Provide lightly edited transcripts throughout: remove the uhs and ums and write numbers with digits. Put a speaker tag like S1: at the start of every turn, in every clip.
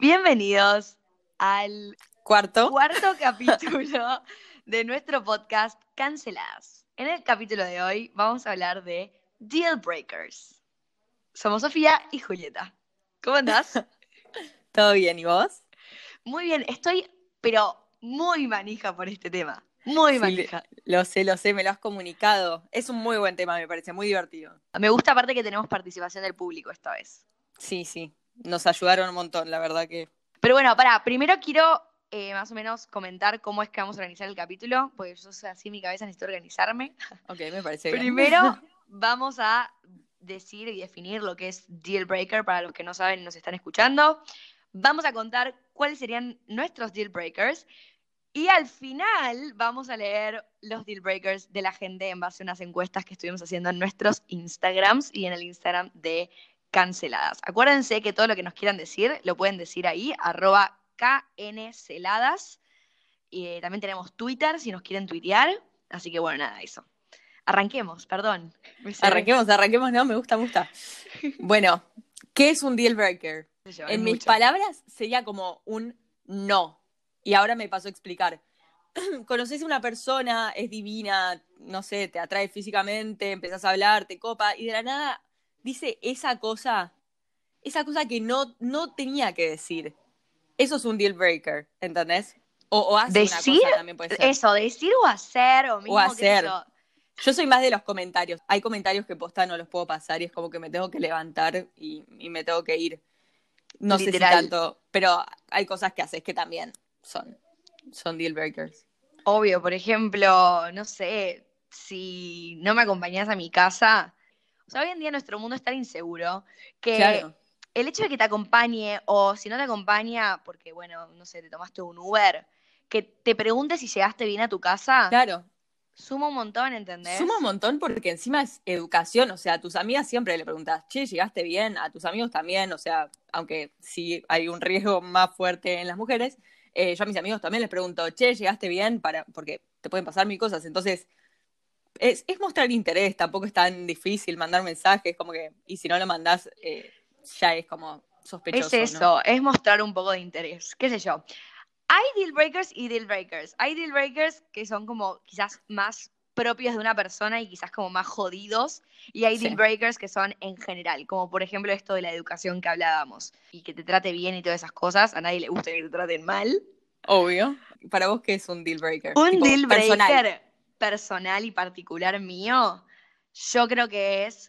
S1: Bienvenidos al
S2: Cuarto.
S1: cuarto capítulo de nuestro podcast Canceladas. En el capítulo de hoy vamos a hablar de Deal Breakers. Somos Sofía y Julieta. ¿Cómo andás?
S2: ¿Todo bien? ¿Y vos?
S1: Muy bien, estoy pero muy manija por este tema. Muy
S2: Sí,
S1: manija.
S2: lo sé, me lo has comunicado. Es un muy buen tema, me parece, muy divertido.
S1: Me gusta aparte que tenemos participación del público esta vez.
S2: Sí, nos ayudaron un montón, la verdad que...
S1: Pero bueno, primero quiero más o menos comentar cómo es que vamos a organizar el capítulo, porque yo soy así en mi cabeza, necesito organizarme.
S2: Ok, me parece bien.
S1: Primero vamos a decir y definir lo que es deal breaker para los que no saben y nos están escuchando. Vamos a contar cuáles serían nuestros deal breakers y al final vamos a leer los deal breakers de la gente en base a unas encuestas que estuvimos haciendo en nuestros Instagrams y en el Instagram de Canceladas. Acuérdense que todo lo que nos quieran decir lo pueden decir ahí, @knceladas. Y también tenemos Twitter si nos quieren tuitear. Así que bueno, nada, eso. Arranquemos, perdón.
S2: Arranquemos, no, me gusta. Bueno, ¿qué es un deal breaker?
S1: Es
S2: En mis
S1: mucho.
S2: palabras sería como un no. Y ahora me pasó a explicar. Conoces a una persona, es divina, no sé, te atrae físicamente, empezás a hablar, te copa, y de la nada dice esa cosa que no tenía que decir. Eso es un deal breaker, ¿entendés? O hace una
S1: Decir
S2: cosa también puede ser.
S1: eso, decir o hacer, o
S2: O
S1: mismo, qué sé
S2: hacer.
S1: yo.
S2: Yo soy más de los comentarios. Hay comentarios que posta no los puedo pasar y es como que me tengo que levantar y me tengo que ir. No sé si
S1: Literal.
S2: tanto, pero hay cosas que haces que también son deal breakers.
S1: Obvio, por ejemplo, no sé, si no me acompañás a mi casa. O sea, hoy en día nuestro mundo es tan inseguro que
S2: Claro,
S1: el hecho de que te acompañe, o si no te acompaña, porque bueno, no sé, te tomaste un Uber, que te pregunte si llegaste bien a tu casa,
S2: claro.
S1: suma un montón,
S2: Suma un
S1: ¿entendés?
S2: montón porque encima es educación, o sea, a tus amigas siempre le preguntas, che, ¿llegaste bien? A tus amigos también, o sea, aunque sí hay un riesgo más fuerte en las mujeres, yo a mis amigos también les pregunto, che, ¿llegaste bien? Porque te pueden pasar mil cosas, entonces es mostrar interés, tampoco es tan difícil mandar mensajes, como que, y si no lo mandás, ya es como
S1: Es
S2: sospechoso, ¿no?
S1: eso, es mostrar un poco de interés, qué sé yo. Hay deal breakers y deal breakers. Hay deal breakers que son como quizás más propios de una persona y quizás como más jodidos. Y hay deal
S2: Sí,
S1: breakers que son en general, como por ejemplo esto de la educación que hablábamos. Y que te trate bien y todas esas cosas. A nadie le gusta que te traten mal.
S2: obvio. ¿Para vos qué es un deal breaker?
S1: Un
S2: Tipo,
S1: deal
S2: personal.
S1: breaker personal y particular mío, yo creo que es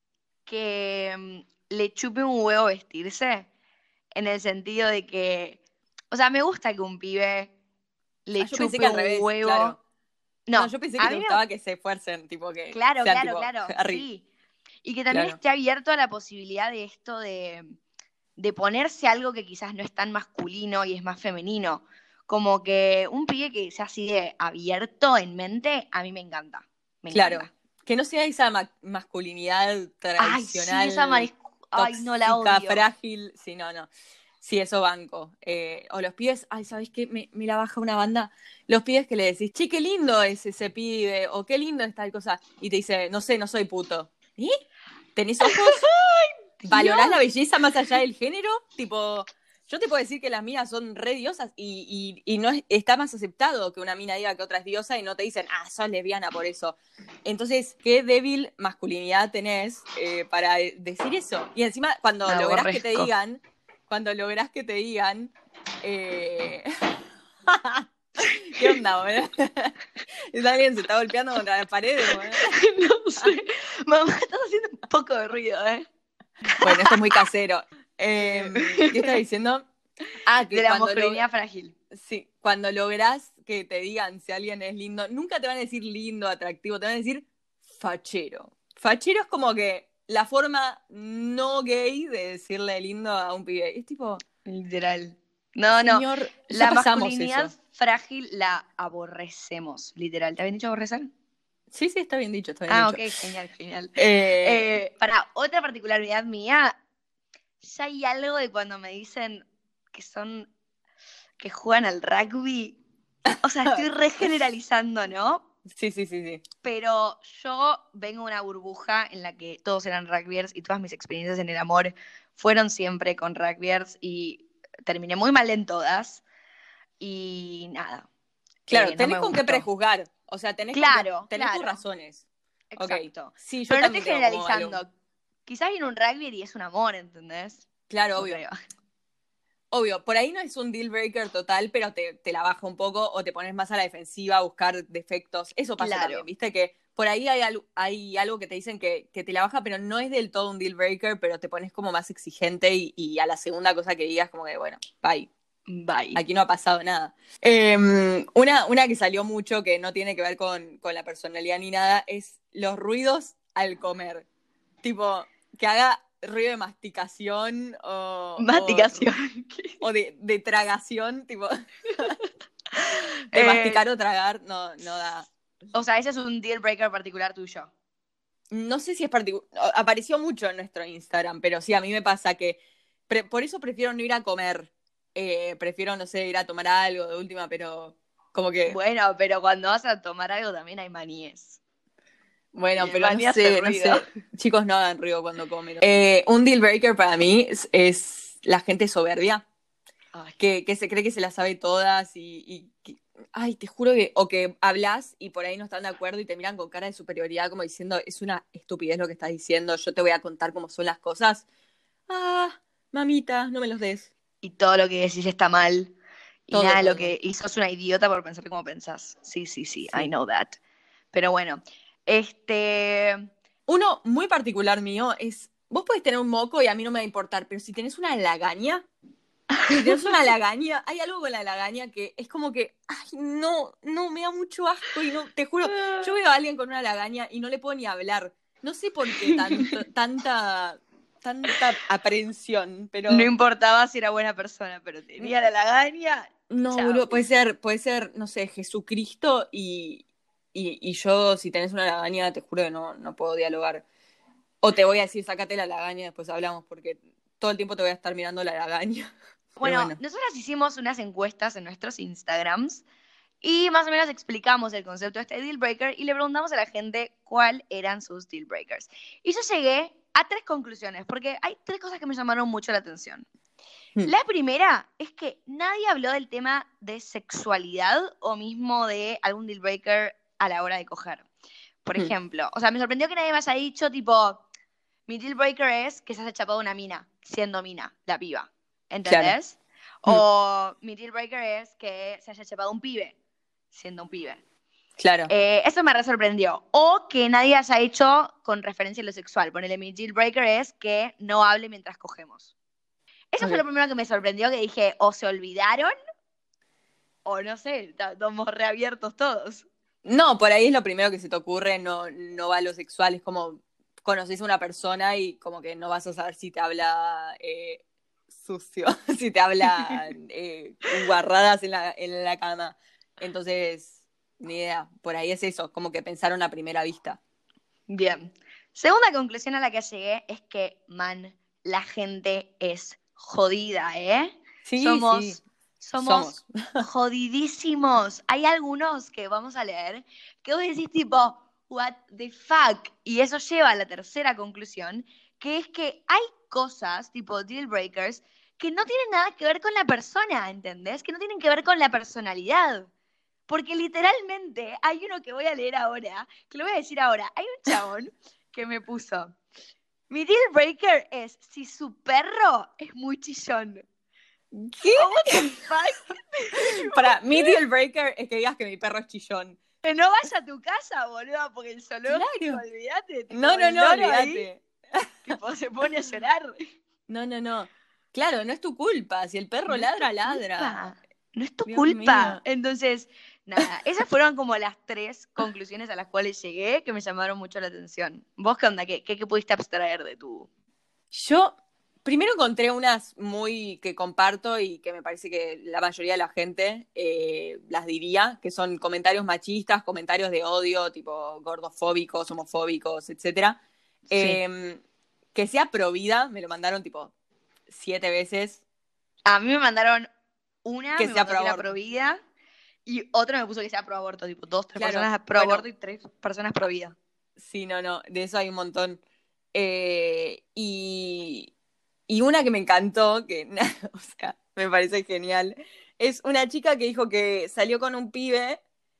S1: que le chupe un huevo vestirse. En el sentido de que, o sea, me gusta que un pibe
S2: Ah,
S1: le
S2: yo pensé que
S1: chupe
S2: al
S1: un
S2: revés,
S1: huevo.
S2: claro. No,
S1: No,
S2: yo pensé que
S1: a
S2: te
S1: mí me...
S2: gustaba que se esfuercen, tipo que
S1: Claro,
S2: sean
S1: claro,
S2: tipo
S1: claro,
S2: Harry.
S1: sí. Y que también
S2: Claro,
S1: esté abierto a la posibilidad de esto de ponerse algo que quizás no es tan masculino y es más femenino. Como que un pibe que sea así de abierto en mente, a mí me encanta. Me
S2: claro.
S1: encanta.
S2: Que no sea esa masculinidad
S1: Ay, sí, esa
S2: tradicional,
S1: marisco. Ay, no la
S2: tóxica,
S1: odio.
S2: frágil. Sí, no. Sí, eso banco. O los pibes, ay, ¿sabes qué? Me la baja una banda. Los pibes que le decís, che, qué lindo es ese pibe, o qué lindo es tal cosa. Y te dice, no sé, no soy puto. ¿Y? ¿Tenés ojos? ¿Valorás la
S1: Dios.
S2: belleza más allá del género? Tipo, yo te puedo decir que las minas son re diosas y no está más aceptado que una mina diga que otra es diosa y no te dicen, ah, sos lesbiana por eso. Entonces, qué débil masculinidad tenés para decir eso. Y encima,
S1: Me aborrezco.
S2: cuando lográs que te digan, eh... ¿qué onda, boludo? Alguien se está golpeando contra la pared, boludo.
S1: No sé. Mamá, estás haciendo un poco de ruido, ¿eh?
S2: Bueno, esto es muy casero. ¿Qué estaba
S1: Eh,
S2: diciendo? Ah,
S1: de
S2: que
S1: la masculinidad frágil.
S2: sí, cuando lográs que te digan si alguien es lindo, nunca te van a decir lindo, atractivo, te van a decir fachero. Fachero es como que la forma no gay de decirle lindo a un pibe. Es tipo,
S1: Literal. No, no.
S2: señor, ya
S1: La
S2: pasamos
S1: masculinidad
S2: eso.
S1: frágil la aborrecemos, literal. ¿Te habían dicho aborrecer?
S2: Sí, está bien dicho, está bien
S1: Ah,
S2: dicho.
S1: ok, genial, genial.
S2: Eh,
S1: Para otra particularidad mía, ya hay algo de cuando me dicen que son, que juegan al rugby. O sea, estoy regeneralizando, ¿no?
S2: sí.
S1: Pero yo vengo de una burbuja en la que todos eran rugbyers y todas mis experiencias en el amor fueron siempre con rugbyers y terminé muy mal en todas y nada.
S2: Claro,
S1: No
S2: tenés
S1: me
S2: con qué
S1: gustó.
S2: prejuzgar. O sea, tenés
S1: Claro,
S2: tenés tus
S1: claro.
S2: razones. Ok.
S1: Exacto.
S2: Sí, yo
S1: Pero no estoy
S2: también tengo como algo.
S1: generalizando. Quizás viene un rugby y es un amor, ¿entendés?
S2: Claro,
S1: No
S2: obvio.
S1: creo.
S2: Obvio, por ahí no es un deal breaker total, pero te la baja un poco o te pones más a la defensiva a buscar defectos. Eso pasa también,
S1: Claro.
S2: ¿viste? Que por ahí hay algo que te dicen que te la baja, pero no es del todo un deal breaker, pero te pones como más exigente y a la segunda cosa que digas como que, bueno, bye.
S1: Bye.
S2: Aquí no ha pasado nada. Una que salió mucho, que no tiene que ver con la personalidad ni nada, es los ruidos al comer. Tipo, que haga ruido de masticación
S1: Masticación.
S2: o de tragación, tipo, de
S1: Eh,
S2: masticar o tragar, no da.
S1: o sea, ese es un deal breaker particular tuyo.
S2: No sé si es particular. Apareció mucho en nuestro Instagram, pero sí, a mí me pasa que por eso prefiero no ir a comer. Prefiero, no sé, ir a tomar algo de última, pero como que.
S1: Bueno, pero cuando vas a tomar algo también hay maníes. Y
S2: Bueno,
S1: el
S2: pero
S1: maní hace
S2: no
S1: ruido.
S2: sé. Chicos, no hagan ruido cuando comen. Un deal breaker para mí es la gente soberbia,
S1: Ay,
S2: que se cree que se las sabe todas ay, te juro que, o que hablas y por ahí no están de acuerdo y te miran con cara de superioridad como diciendo, es una estupidez lo que estás diciendo, yo te voy a contar cómo son las cosas. Ah, mamita, no me los des.
S1: y todo lo que decís está mal. Y
S2: Todo,
S1: nada de lo
S2: todo, todo.
S1: que. Y sos una idiota por pensar como pensás. Sí, sí, sí, I
S2: Sí.
S1: know that. Pero bueno, este.
S2: Uno muy particular mío es, vos podés tener un moco y a mí no me va a importar, pero si tenés una lagaña, si tenés una lagaña, hay algo con la lagaña que es como que, ay, no, no, me da mucho asco y no, te juro, yo veo a alguien con una lagaña y no le puedo ni hablar. No sé por qué tanta aprehensión,
S1: No
S2: pero
S1: importaba si era buena persona, pero tenía la lagaña.
S2: no,
S1: Chao.
S2: boludo, puede ser, no sé, Jesucristo y yo, si tenés una lagaña, te juro que no puedo dialogar. O te voy a decir, sácate la lagaña y después hablamos, porque todo el tiempo te voy a estar mirando la lagaña. Pero
S1: Bueno,
S2: bueno.
S1: nosotras hicimos unas encuestas en nuestros Instagrams y más o menos explicamos el concepto de este deal breaker y le preguntamos a la gente cuál eran sus deal breakers. Y yo llegué a tres conclusiones, porque hay tres cosas que me llamaron mucho la atención.
S2: Hmm.
S1: La primera es que nadie habló del tema de sexualidad o mismo de algún deal breaker a la hora de coger. Por
S2: Hmm.
S1: ejemplo, o sea, me sorprendió que nadie me haya dicho, tipo, mi deal breaker es que se haya chapado una mina, siendo mina, la piba.
S2: Claro.
S1: ¿Entendés?
S2: Hmm.
S1: O mi deal breaker es que se haya chapado un pibe, siendo un pibe.
S2: Claro.
S1: Eso me re sorprendió. O que nadie haya hecho con referencia a lo sexual. Ponele, mi deal breaker es que no hable mientras cogemos. Eso fue lo
S2: Ok.
S1: primero que me sorprendió, que dije, o se olvidaron, o no sé, estamos reabiertos todos.
S2: No, por ahí es lo primero que se te ocurre, no va a lo sexual, es como conoces a una persona y como que no vas a saber si te habla sucio, si te habla guarradas en la cama. Entonces, ni idea, por ahí es eso, como que pensaron a primera vista.
S1: Bien. Segunda conclusión a la que llegué es que, man, la gente es jodida, ¿eh?
S2: Sí, sí,
S1: Somos
S2: somos.
S1: jodidísimos. Hay algunos que vamos a leer que vos decís tipo, what the fuck? Y eso lleva a la tercera conclusión, que es que hay cosas, tipo deal breakers, que no tienen nada que ver con la persona, ¿entendés? Que no tienen que ver con la personalidad. Porque literalmente hay uno que voy a leer ahora, que lo voy a decir ahora. Hay un chabón que me puso, mi deal breaker es si su perro es muy chillón.
S2: ¿Qué?
S1: Oh, what the fuck?
S2: Para mí, deal breaker es que digas que mi perro es chillón.
S1: Que no vaya a tu casa, boludo, porque el zoológico,
S2: Claro.
S1: olvídate, tipo,
S2: No,
S1: el loro ahí,
S2: olvídate.
S1: tipo, se pone a llorar.
S2: No. Claro, no es tu culpa. Si el perro
S1: No es tu
S2: ladra, ladra.
S1: culpa, no es tu
S2: Dios
S1: culpa.
S2: mío.
S1: Entonces, nada, esas fueron como las tres conclusiones a las cuales llegué que me llamaron mucho la atención. ¿Vos qué onda? ¿Qué pudiste abstraer de tu...
S2: Yo primero encontré unas muy que comparto y que me parece que la mayoría de la gente las diría, que son comentarios machistas, comentarios de odio, tipo gordofóbicos, homofóbicos, etcétera.
S1: Sí.
S2: Que sea pro vida, me lo mandaron tipo 7 veces,
S1: A mí me mandaron una,
S2: que
S1: me
S2: sea
S1: mandó
S2: pro
S1: que era pro
S2: aborto.
S1: vida, y otra me puso que sea pro aborto, tipo, dos, tres
S2: Claro,
S1: personas pro
S2: bueno,
S1: aborto y tres personas pro vida.
S2: sí, no, de eso hay un montón. Y Y una que me encantó, que o sea, me parece genial, es una chica que dijo que salió con un pibe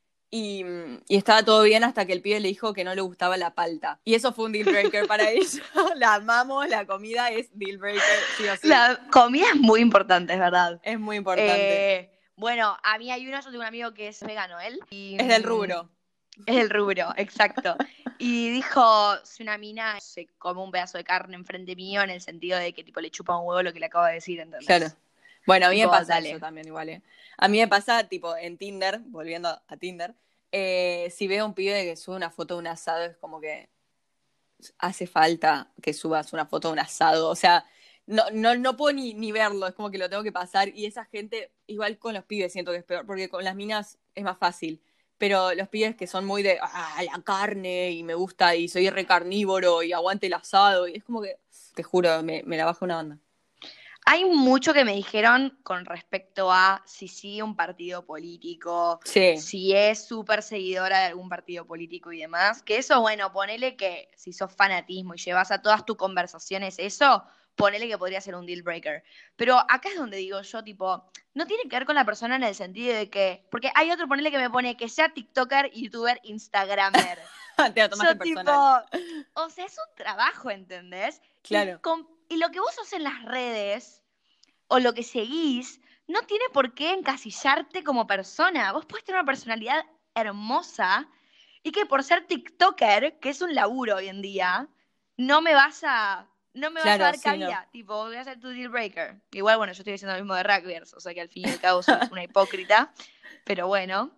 S2: y estaba todo bien hasta que el pibe le dijo que no le gustaba la palta. Y eso fue un deal breaker para ella. La amamos, la comida es deal breaker, sí o sí.
S1: La comida es muy importante, es verdad.
S2: Es muy importante.
S1: Bueno, a mí hay yo tengo un amigo que es vegano, él.
S2: Es del rubro.
S1: Es del rubro, exacto. Y dijo, si una mina se come un pedazo de carne enfrente mío, en el sentido de que tipo le chupa un huevo lo que le acabo de decir, ¿entendés?
S2: Claro. Bueno, a mí
S1: Tipo,
S2: me pasa
S1: dale.
S2: eso también igual, ¿eh? A mí me pasa, tipo, en Tinder, volviendo a Tinder, si veo a un pibe que sube una foto de un asado, es como que hace falta que subas una foto de un asado. O sea, no puedo ni verlo, es como que lo tengo que pasar. Y esa gente, igual con los pibes siento que es peor, porque con las minas es más fácil. Pero los pibes que son muy de la carne y me gusta y soy re carnívoro y aguante el asado, y es como que, te juro, me la baja una banda.
S1: Hay mucho que me dijeron con respecto a si sigue un partido político,
S2: Sí,
S1: si es súper seguidora de algún partido político y demás. Que eso, bueno, ponele que si sos fanatismo y llevas a todas tus conversaciones eso, ponele que podría ser un deal breaker. Pero acá es donde digo yo, tipo, no tiene que ver con la persona en el sentido de que, porque hay otro, ponele que me pone que sea TikToker, YouTuber, Instagramer.
S2: te lo tomaste
S1: Yo tipo,
S2: personal.
S1: o sea, es un trabajo, ¿entendés?
S2: Claro.
S1: Y lo que vos sos en las redes o lo que seguís no tiene por qué encasillarte como persona. Vos podés tener una personalidad hermosa y que por ser TikToker, que es un laburo hoy en día, no me vas a
S2: Claro,
S1: dar
S2: sí, no.
S1: cabida. Tipo, voy a ser tu deal breaker. Igual, bueno, yo estoy diciendo lo mismo de rugbyers, o sea que al fin y al cabo sos una hipócrita. Pero bueno.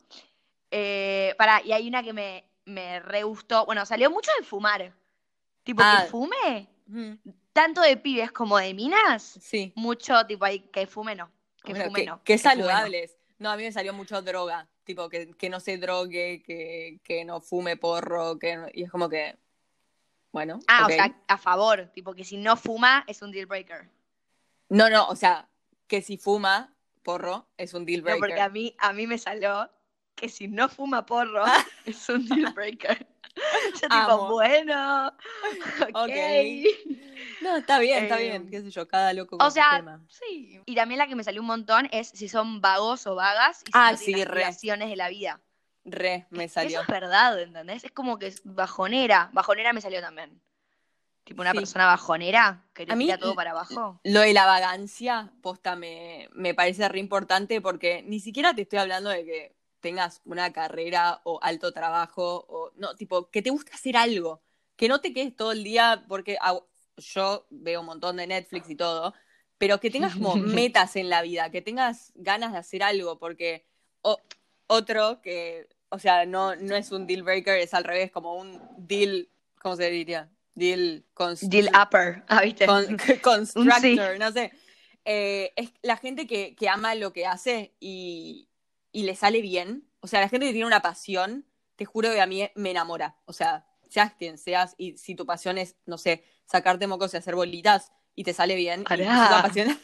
S1: Y hay una que me re gustó. Bueno, salió mucho de fumar. Tipo, que
S2: Ah,
S1: fume,
S2: mm,
S1: tanto de pibes como de minas,
S2: sí.
S1: mucho, tipo, ahí, que fume no, que
S2: Bueno,
S1: fume no,
S2: que
S1: que fume no.
S2: saludables. No, a mí me salió mucho droga. Tipo, que no se drogue, que no fume porro, y es como que, bueno,
S1: Ah,
S2: ok.
S1: o sea, a favor, tipo, que si no fuma es un deal breaker.
S2: No, o sea, que si fuma porro es un deal
S1: No, porque
S2: breaker.
S1: a mí me salió que si no fuma porro
S2: Ah,
S1: es un deal breaker. Yo tipo,
S2: amo.
S1: bueno, ok.
S2: Ok. No, está bien,
S1: Em,
S2: qué sé yo, cada loco
S1: o
S2: con su
S1: sea,
S2: tema.
S1: sí. Y también la que me salió un montón es si son vagos o vagas y si
S2: Ah,
S1: no tienen
S2: sí,
S1: aspiraciones de la vida.
S2: me
S1: Que eso
S2: salió.
S1: es verdad, ¿entendés? Es como que es bajonera. Bajonera me salió también. Tipo una
S2: Sí.
S1: persona bajonera que te
S2: A
S1: tira
S2: mí
S1: todo para abajo.
S2: lo de la vagancia, posta, me parece re importante porque ni siquiera te estoy hablando de que tengas una carrera o alto trabajo, o no, tipo, que te guste hacer algo, que no te quedes todo el día, porque yo veo un montón de Netflix y todo, pero que tengas como metas en la vida, que tengas ganas de hacer algo, porque o- otro que, o sea, no es un deal breaker, es al revés, como un deal, ¿cómo se diría? Deal
S1: Deal upper, ah, ¿viste? Un sí.
S2: constructor, no sé. Es la gente que ama lo que hace y le sale bien. O sea, la gente que tiene una pasión, te juro que a mí me enamora. O sea, seas quien seas, y si tu pasión es, no sé, sacarte mocos y hacer bolitas y te sale bien y sos
S1: Pará,
S2: apasionada.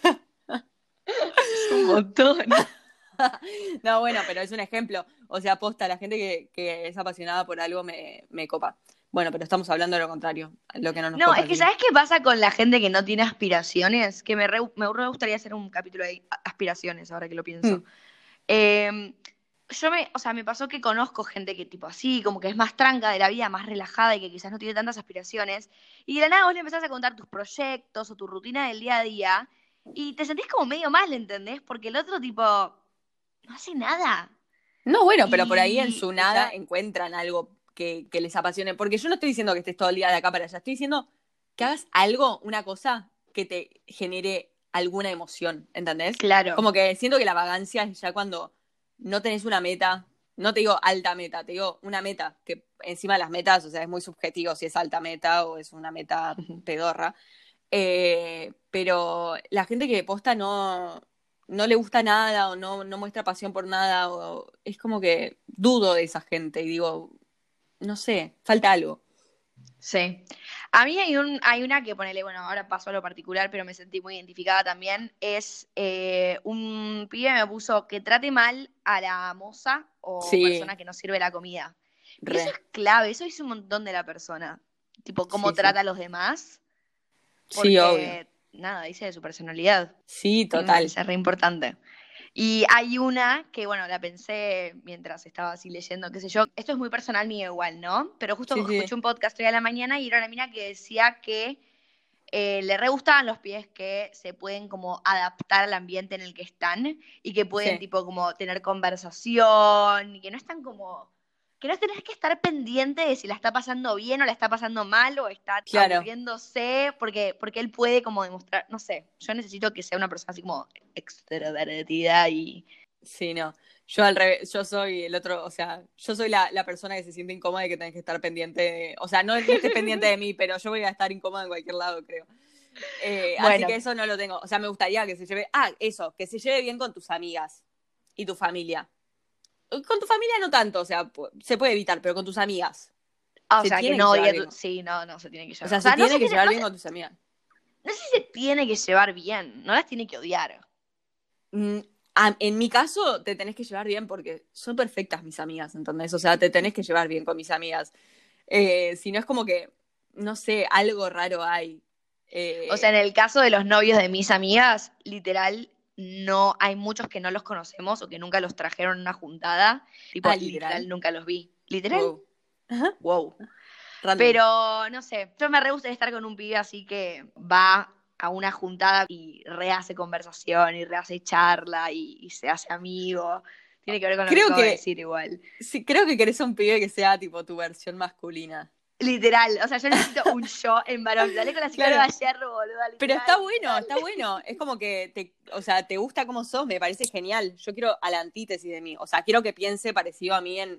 S1: es un montón.
S2: No, bueno, pero es un ejemplo. O sea, posta, la gente que es apasionada por algo me copa. Bueno, pero estamos hablando de lo contrario, lo que no nos
S1: No,
S2: copa,
S1: es que
S2: así que.
S1: ¿sabes qué pasa con la gente que no tiene aspiraciones? Que me re gustaría hacer un capítulo de aspiraciones, ahora que lo
S2: Hmm.
S1: pienso. O sea, me pasó que conozco gente que tipo así, como que es más tranca de la vida, más relajada y que quizás no tiene tantas aspiraciones. Y de la nada vos le empezás a contar tus proyectos o tu rutina del día a día y te sentís como medio mal, ¿entendés? Porque el otro tipo no hace nada.
S2: No, bueno, pero por ahí en
S1: Y
S2: su nada encuentran algo que les apasione. Porque yo no estoy diciendo que estés todo el día de acá para allá, estoy diciendo que hagas algo, una cosa que te genere alguna emoción, ¿entendés?
S1: claro,
S2: Como que siento que la vagancia es ya cuando no tenés una meta, no te digo alta meta, te digo una meta, que encima de las metas, o sea, es muy subjetivo si es alta meta o es una meta pedorra. Pero la gente que posta no le gusta nada o no muestra pasión por nada, o es como que dudo de esa gente y digo, no sé, falta algo.
S1: sí. A mí hay una que ponele, bueno, ahora pasó a lo particular, pero me sentí muy identificada también. Es un pibe me puso que trate mal a la moza o
S2: Sí,
S1: persona que no sirve la comida. Y eso
S2: re,
S1: es clave, eso dice un montón de la persona. Tipo, cómo
S2: sí, sí.
S1: trata a los demás.
S2: Sí,
S1: Porque
S2: obvio.
S1: nada, dice de su personalidad.
S2: Sí,
S1: Me
S2: total.
S1: parece re importante. Y hay una que, bueno, la pensé mientras estaba así leyendo, qué sé yo. Esto es muy personal mío igual, ¿no? Pero justo
S2: Sí, sí,
S1: escuché un podcast hoy a la mañana y era una mina que decía que le re gustaban los pies que se pueden como adaptar al ambiente en el que están y que pueden
S2: sí,
S1: tipo como tener conversación y que no están como que no tenés que estar pendiente de si la está pasando bien o la está pasando mal o está
S2: claro.
S1: aburriéndose porque él puede como demostrar, no sé, yo necesito que sea una persona así como extrovertida y
S2: Sí, no. Yo al revés, yo soy el otro, o sea, yo soy la persona que se siente incómoda y que tenés que estar pendiente o sea, no, no estés pendiente de mí, pero yo voy a estar incómoda en cualquier lado, creo. Así que
S1: bueno,
S2: eso no lo tengo. O sea, me gustaría que se lleve, eso, que se lleve bien con tus amigas y tu familia. Con tu familia no tanto, o sea, se puede evitar, pero con tus amigas.
S1: o
S2: Se
S1: sea que
S2: tiene que
S1: no
S2: llevar
S1: odie
S2: bien.
S1: sí, no, no se tiene que
S2: O
S1: llevar.
S2: sea,
S1: O
S2: se
S1: sea, no se
S2: tiene que
S1: tiene,
S2: llevar
S1: no
S2: bien
S1: sé,
S2: con tus amigas.
S1: no sé si se tiene que llevar bien, no las tiene que odiar.
S2: Mm, en mi caso, te tenés que llevar bien porque son perfectas mis amigas, ¿entendés? O sea, te tenés que llevar bien con mis amigas. Si no es como que, no sé, algo raro hay.
S1: O sea, en
S2: Eh,
S1: el caso de los novios de mis amigas, literal, no hay muchos que no los conocemos o que nunca los trajeron a una juntada. Tipo,
S2: literal.
S1: literal, nunca los vi. Literal,
S2: Wow. Ajá.
S1: wow.
S2: Random.
S1: Pero, no sé, yo me re gustaría estar con un pibe así que va a una juntada y rehace conversación y rehace charla y se hace amigo. Tiene que ver con lo que
S2: Creo
S1: acabo de
S2: que,
S1: decir igual.
S2: sí, creo que querés un pibe que sea tipo tu versión masculina.
S1: Literal, o sea, yo necesito un yo en varón. Dale con la psicóloga
S2: Claro.
S1: ayer, boluda,
S2: Pero
S1: literal, literal.
S2: está bueno. Es como que o sea, te gusta cómo sos, me parece genial. Yo quiero a la antítesis de mí. O sea, quiero que piense parecido a mí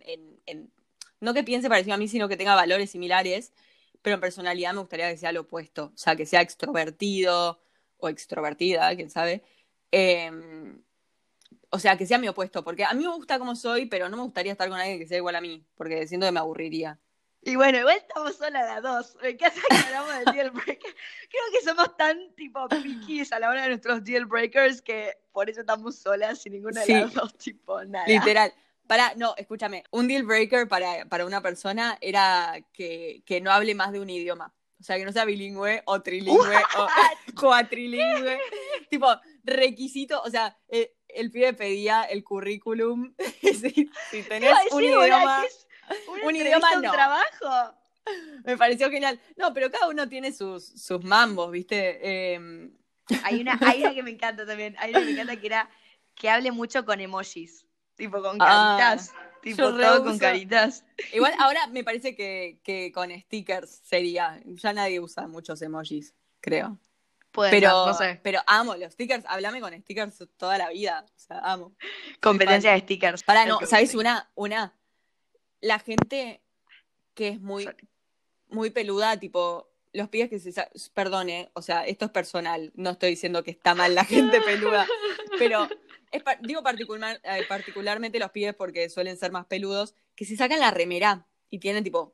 S2: no que piense parecido a mí, sino que tenga valores similares, pero en personalidad me gustaría que sea lo opuesto. O sea, que sea extrovertido o extrovertida, quién sabe. Eh, o sea, que sea mi opuesto, porque a mí me gusta como soy, pero no me gustaría estar con alguien que sea igual a mí, porque siento que me aburriría.
S1: Y bueno, igual estamos solas las dos. Me encanta que hablamos del deal breaker. Creo que somos tan tipo piquis a la hora de nuestros deal breakers que por eso estamos solas sin ninguna de
S2: Sí,
S1: las dos, tipo, nada.
S2: literal. No, escúchame, un deal breaker para una persona era que no hable más de un idioma. O sea, que no sea bilingüe o trilingüe o
S1: ¿What?
S2: cuatrilingüe. Tipo, requisito, o sea, el pibe pedía el currículum. Si
S1: Te iba a
S2: tenés
S1: decir, boludo, que es una
S2: un idioma
S1: entrevista, un
S2: no.
S1: trabajo.
S2: Me pareció genial. No, pero cada uno tiene sus mambos, ¿viste?
S1: Hay una que me encanta también. Hay una que me encanta que era que hable mucho con emojis. Tipo, con
S2: Ah,
S1: caritas.
S2: yo
S1: Tipo, todo con
S2: reuso.
S1: caritas.
S2: Igual ahora me parece que con stickers sería. Ya nadie usa muchos emojis, creo.
S1: Puede ser, no
S2: Pero,
S1: sé.
S2: pero amo los stickers. Háblame con stickers toda la vida. O sea, amo. Soy
S1: Competencia
S2: fan.
S1: de stickers.
S2: Para
S1: El
S2: no,
S1: que
S2: ¿sabes
S1: guste.
S2: una? La gente que es muy peluda, tipo, los pibes que perdone, o sea, esto es personal, no estoy diciendo que está mal la gente peluda, pero digo particularmente los pibes porque suelen ser más peludos, que se sacan la remera y tienen tipo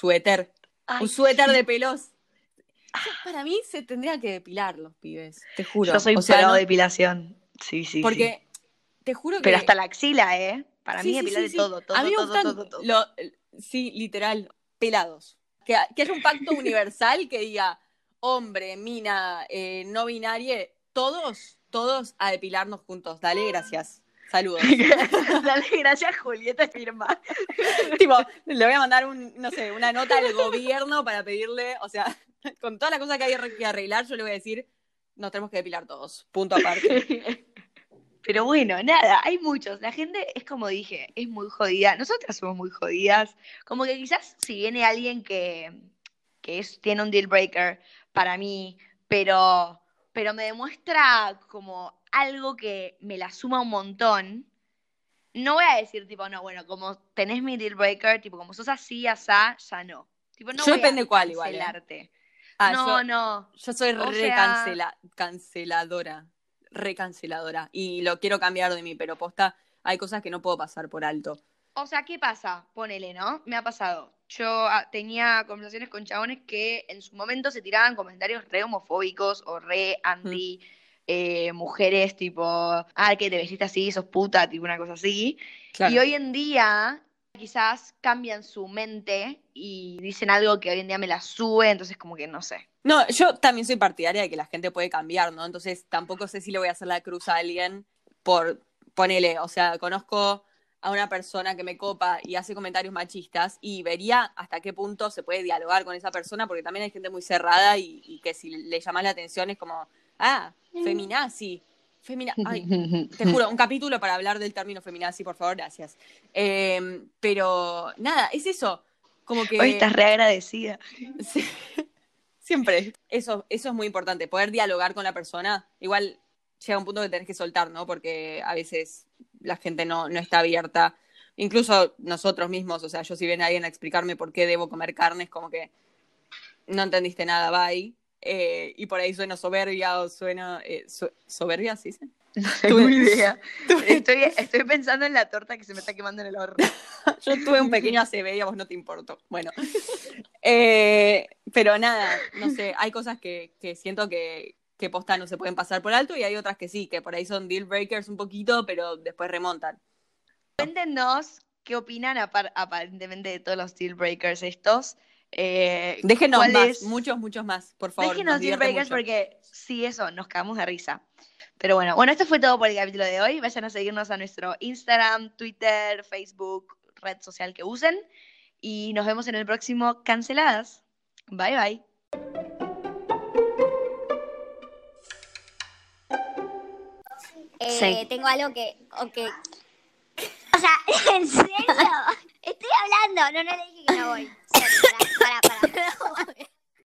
S2: un
S1: Ay,
S2: suéter de
S1: sí.
S2: pelos. Para mí se tendría que depilar los pibes, te
S1: Yo
S2: juro.
S1: soy
S2: O sea,
S1: pro
S2: no,
S1: depilación. Sí, sí, sí.
S2: porque te juro
S1: Pero hasta
S2: que
S1: la axila, ¿eh? Para mí
S2: sí, sí,
S1: depilar
S2: sí,
S1: de
S2: sí.
S1: todo,
S2: A mí
S1: todo,
S2: me
S1: todo,
S2: gustan,
S1: todo, todo.
S2: sí, literal, pelados. Que haya un pacto universal que diga hombre, mina, no binaria, todos a depilarnos juntos. Dale, gracias. Saludos.
S1: Dale gracias, Julieta firma.
S2: Tipo, le voy a mandar no sé, una nota al gobierno para pedirle, o sea, con todas las cosas que hay que arreglar, yo le voy a decir, nos tenemos que depilar todos. Punto aparte.
S1: Pero bueno, nada, hay muchos. La gente es como dije, es muy jodida. Nosotras somos muy jodidas. Como que quizás si viene alguien tiene un deal breaker para mí, pero me demuestra como algo que me la suma un montón. No voy a decir tipo, no, bueno, como tenés mi deal breaker, tipo, como sos así, asá, ya no. Tipo, no
S2: Yo
S1: voy a
S2: depende cuál igual, ¿eh?
S1: cancelarte.
S2: Ah,
S1: No, no.
S2: yo soy
S1: O sea,
S2: canceladora, recanceladora. Y lo quiero cambiar de mí, pero posta, hay cosas que no puedo pasar por alto.
S1: ¿qué pasa? Ponele, ¿no? Me ha pasado. Yo tenía conversaciones con chabones que en su momento se tiraban comentarios re homofóbicos o re
S2: Mm,
S1: anti mujeres, tipo, que te vestiste así, sos puta, tipo una cosa así. Y
S2: claro.
S1: hoy en día quizás cambian su mente y dicen algo que hoy en día me la sube, entonces como que no sé.
S2: No, yo también soy partidaria de que la gente puede cambiar, ¿no? Entonces tampoco sé si le voy a hacer la cruz a alguien por, ponele, o sea, conozco a una persona que me copa y hace comentarios machistas y vería hasta qué punto se puede dialogar con esa persona, porque también hay gente muy cerrada y que si le llamas la atención es como, feminazi. Ay, te juro, un capítulo para hablar del término feminazi, por favor, gracias. Pero nada, es eso, como que...
S1: Hoy estás re agradecida.
S2: Sí, siempre. Eso es muy importante, poder dialogar con la persona. Igual llega un punto que tenés que soltar, ¿no? Porque a veces la gente no está abierta. Incluso nosotros mismos, o sea, yo si viene alguien a explicarme por qué debo comer carne, es como que no entendiste nada, bye. Y por ahí suena soberbia o suena... ¿Soberbia, sí?
S1: No tengo idea. Estoy pensando en la torta que se me está quemando en el horno.
S2: Yo tuve un pequeño ACV y a vos no te importó. Bueno. Pero nada, no sé, hay cosas que siento que posta no se pueden pasar por alto y hay otras que sí, que por ahí son deal breakers un poquito, pero después remontan.
S1: Cuéntenos qué opinan aparentemente de todos los deal breakers estos.
S2: Déjenos más, muchos más, por favor.
S1: Déjenos deal breakers porque sí, eso, nos cagamos de risa. Pero bueno, esto fue todo por el capítulo de hoy. Vayan a seguirnos a nuestro Instagram, Twitter, Facebook, red social que usen. Y nos vemos en el próximo Canceladas. Bye bye.
S3: Sí. Tengo algo que... O sea, ¿en serio? Estoy hablando. No le dije que no voy.